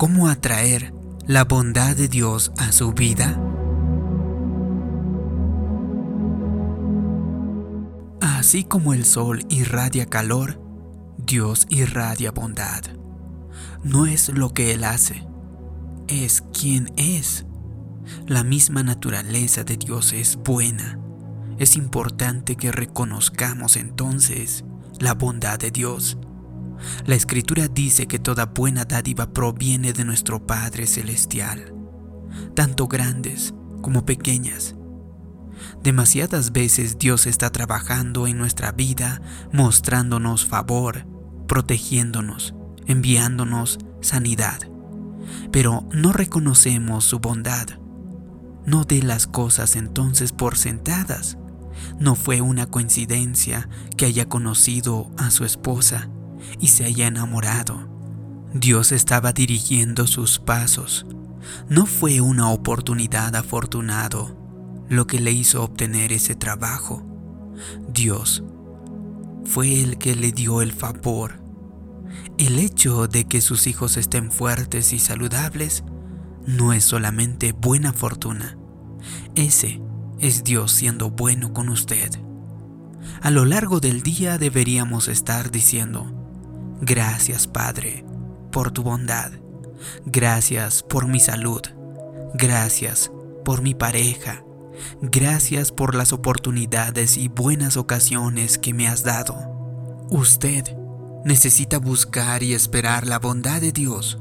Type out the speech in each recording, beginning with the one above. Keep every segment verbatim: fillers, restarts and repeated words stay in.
cómo atraer la bondad de Dios a su vida? Así como el sol irradia calor, Dios irradia bondad. No es lo que Él hace, es quien es. La misma naturaleza de Dios es buena. Es importante que reconozcamos entonces la bondad de Dios. La Escritura dice que toda buena dádiva proviene de nuestro Padre Celestial, tanto grandes como pequeñas. Demasiadas veces Dios está trabajando en nuestra vida, mostrándonos favor, protegiéndonos, enviándonos sanidad. Pero no reconocemos su bondad. No dé las cosas entonces por sentadas. No fue una coincidencia que haya conocido a su esposa y se haya enamorado. Dios estaba dirigiendo sus pasos. No fue una oportunidad afortunado lo que le hizo obtener ese trabajo. Dios fue el que le dio el favor. El hecho de que sus hijos estén fuertes y saludables no es solamente buena fortuna. Ese es Dios siendo bueno con usted. A lo largo del día deberíamos estar diciendo: gracias, Padre, por tu bondad. Gracias por mi salud. Gracias por mi pareja. Gracias por las oportunidades y buenas ocasiones que me has dado. Usted necesita buscar y esperar la bondad de Dios.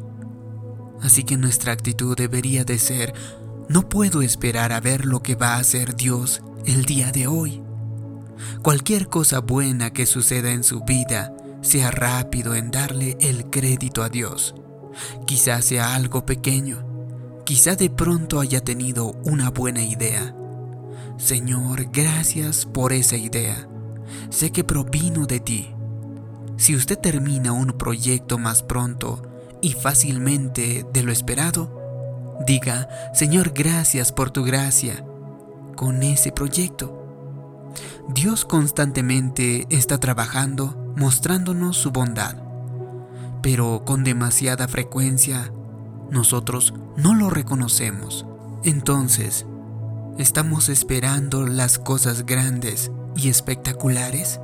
Así que nuestra actitud debería de ser: no puedo esperar a ver lo que va a hacer Dios el día de hoy. Cualquier cosa buena que suceda en su vida, sea rápido en darle el crédito a Dios. Quizás sea algo pequeño, quizá de pronto haya tenido una buena idea. Señor, gracias por esa idea. Sé que provino de ti. Si usted termina un proyecto más pronto y fácilmente de lo esperado, diga: Señor, gracias por tu gracia con ese proyecto. Dios constantemente está trabajando, mostrándonos su bondad, pero con demasiada frecuencia nosotros no lo reconocemos. Entonces, ¿estamos esperando las cosas grandes y espectaculares?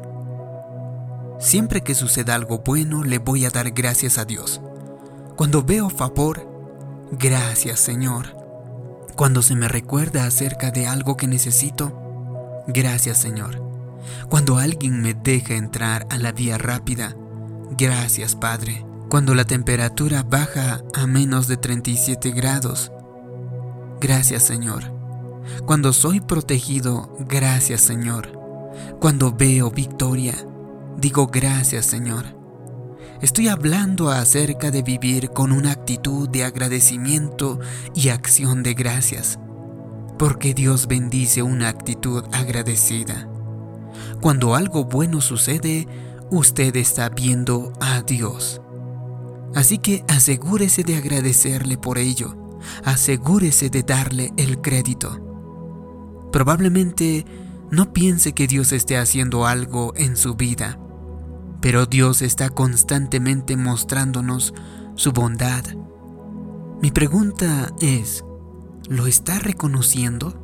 Siempre que suceda algo bueno, le voy a dar gracias a Dios. Cuando veo favor, gracias, Señor. Cuando se me recuerda acerca de algo que necesito, gracias, Señor. Cuando alguien me deja entrar a la vía rápida, gracias, Padre. Cuando la temperatura baja a menos de treinta y siete grados, gracias, Señor. Cuando soy protegido, gracias, Señor. Cuando veo victoria, digo gracias, Señor. Estoy hablando acerca de vivir con una actitud de agradecimiento y acción de gracias, porque Dios bendice una actitud agradecida. Cuando algo bueno sucede, usted está viendo a Dios. Así que asegúrese de agradecerle por ello. Asegúrese de darle el crédito. Probablemente no piense que Dios esté haciendo algo en su vida, pero Dios está constantemente mostrándonos su bondad. Mi pregunta es: ¿lo está reconociendo?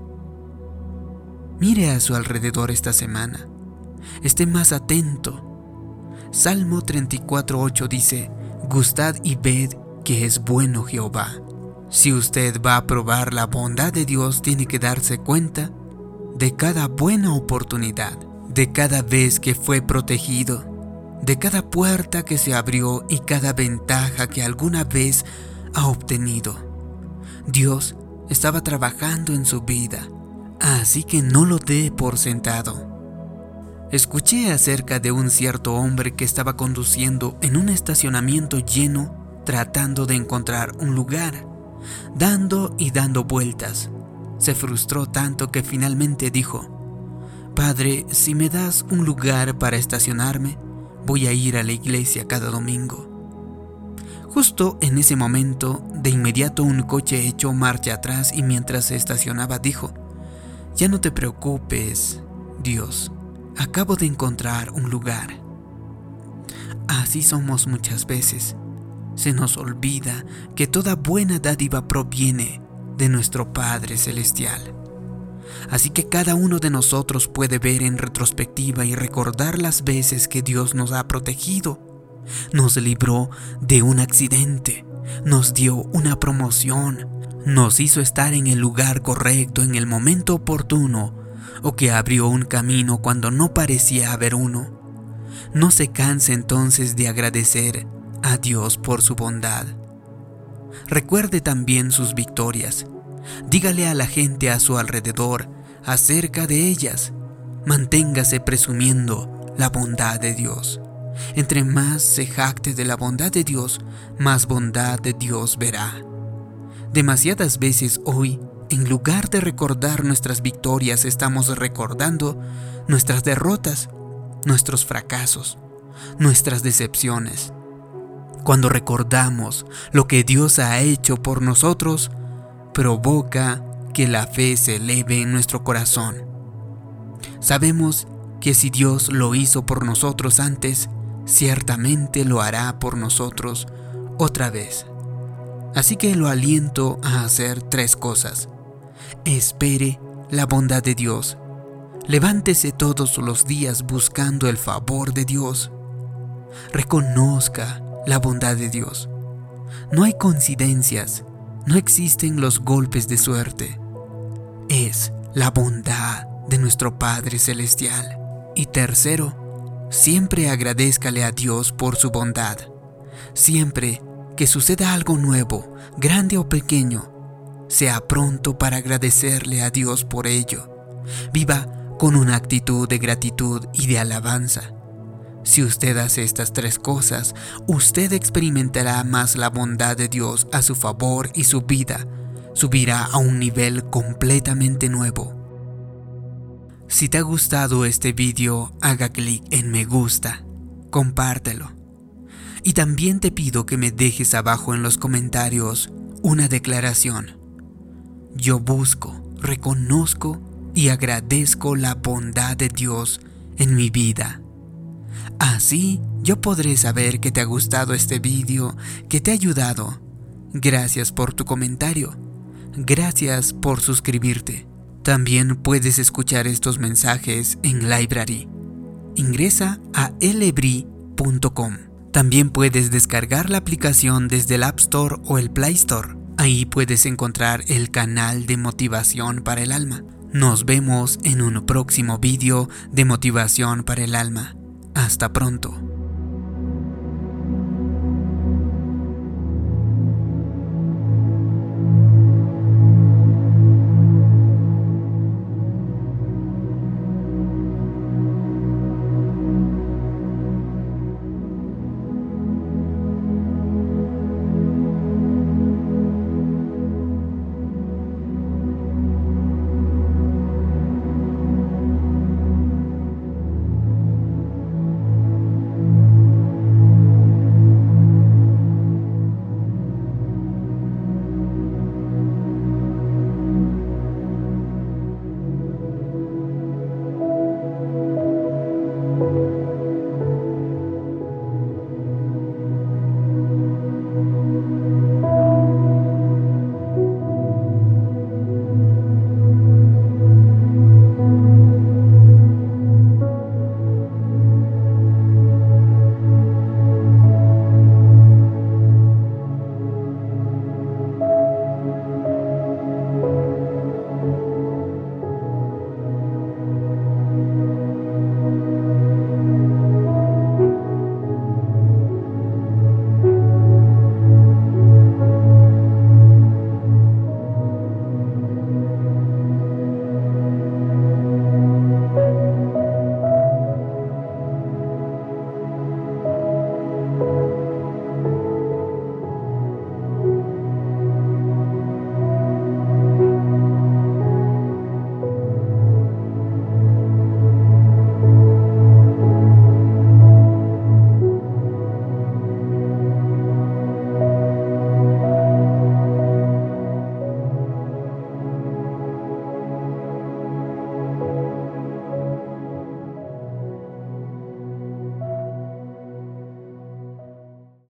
Mire a su alrededor esta semana. Esté más atento. Salmo treinta y cuatro ocho dice: Gustad y ved que es bueno Jehová. Si usted va a probar la bondad de Dios, tiene que darse cuenta de cada buena oportunidad, de cada vez que fue protegido, de cada puerta que se abrió y cada ventaja que alguna vez ha obtenido. Dios estaba trabajando en su vida, así que no lo dé por sentado. Escuché acerca de un cierto hombre que estaba conduciendo en un estacionamiento lleno, tratando de encontrar un lugar, dando y dando vueltas. Se frustró tanto que finalmente dijo: Padre, si me das un lugar para estacionarme, voy a ir a la iglesia cada domingo. Justo en ese momento, de inmediato un coche echó marcha atrás y mientras se estacionaba dijo: Ya no te preocupes, Dios, acabo de encontrar un lugar. Así somos muchas veces. se nos olvida que toda buena dádiva proviene de nuestro Padre Celestial. Así que cada uno de nosotros puede ver en retrospectiva y recordar las veces que Dios nos ha protegido, nos libró de un accidente, nos dio una promoción, nos hizo estar en el lugar correcto en el momento oportuno, o que abrió un camino cuando no parecía haber uno. No se canse entonces de agradecer a Dios por su bondad. Recuerde también sus victorias. Dígale a la gente a su alrededor acerca de ellas. Manténgase presumiendo la bondad de Dios. Entre más se jacte de la bondad de Dios, más bondad de Dios verá. Demasiadas veces hoy, en lugar de recordar nuestras victorias, estamos recordando nuestras derrotas, nuestros fracasos, nuestras decepciones. Cuando recordamos lo que Dios ha hecho por nosotros, provoca que la fe se eleve en nuestro corazón. Sabemos que si Dios lo hizo por nosotros antes, ciertamente lo hará por nosotros otra vez. Así que lo aliento a hacer tres cosas. Espere la bondad de Dios. Levántese todos los días buscando el favor de Dios. Reconozca la bondad de Dios. No hay coincidencias, no existen los golpes de suerte. Es la bondad de nuestro Padre Celestial. Y tercero, siempre agradézcale a Dios por su bondad. Siempre que suceda algo nuevo, grande o pequeño, sea pronto para agradecerle a Dios por ello. Viva con una actitud de gratitud y de alabanza. Si usted hace estas tres cosas, usted experimentará más la bondad de Dios a su favor y su vida subirá a un nivel completamente nuevo. Si te ha gustado este video, haga clic en me gusta, compártelo. Y también te pido que me dejes abajo en los comentarios una declaración. Yo busco, reconozco y agradezco la bondad de Dios en mi vida. Así yo podré saber que te ha gustado este video, que te ha ayudado. Gracias por tu comentario. Gracias por suscribirte. También puedes escuchar estos mensajes en Library. Ingresa a elebri punto com. También puedes descargar la aplicación desde el App Store o el Play Store. Ahí puedes encontrar el canal de motivación para el alma. Nos vemos en un próximo video de motivación para el alma. Hasta pronto.